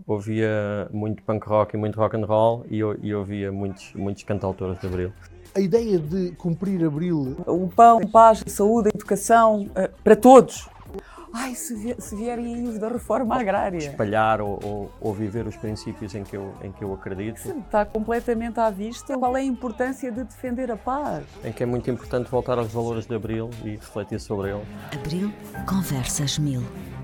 ouvia muito punk rock e muito rock and roll e ouvia muitos cantautores de Abril. A ideia de cumprir Abril... O pão, a paz, a saúde, a educação, para todos. Ai, se vierem aí os da reforma agrária. Espalhar ou viver os princípios em que eu acredito. Está completamente à vista. Qual é a importância de defender a paz? Em que é muito importante voltar aos valores de Abril e refletir sobre eles. Abril Conversas 1000.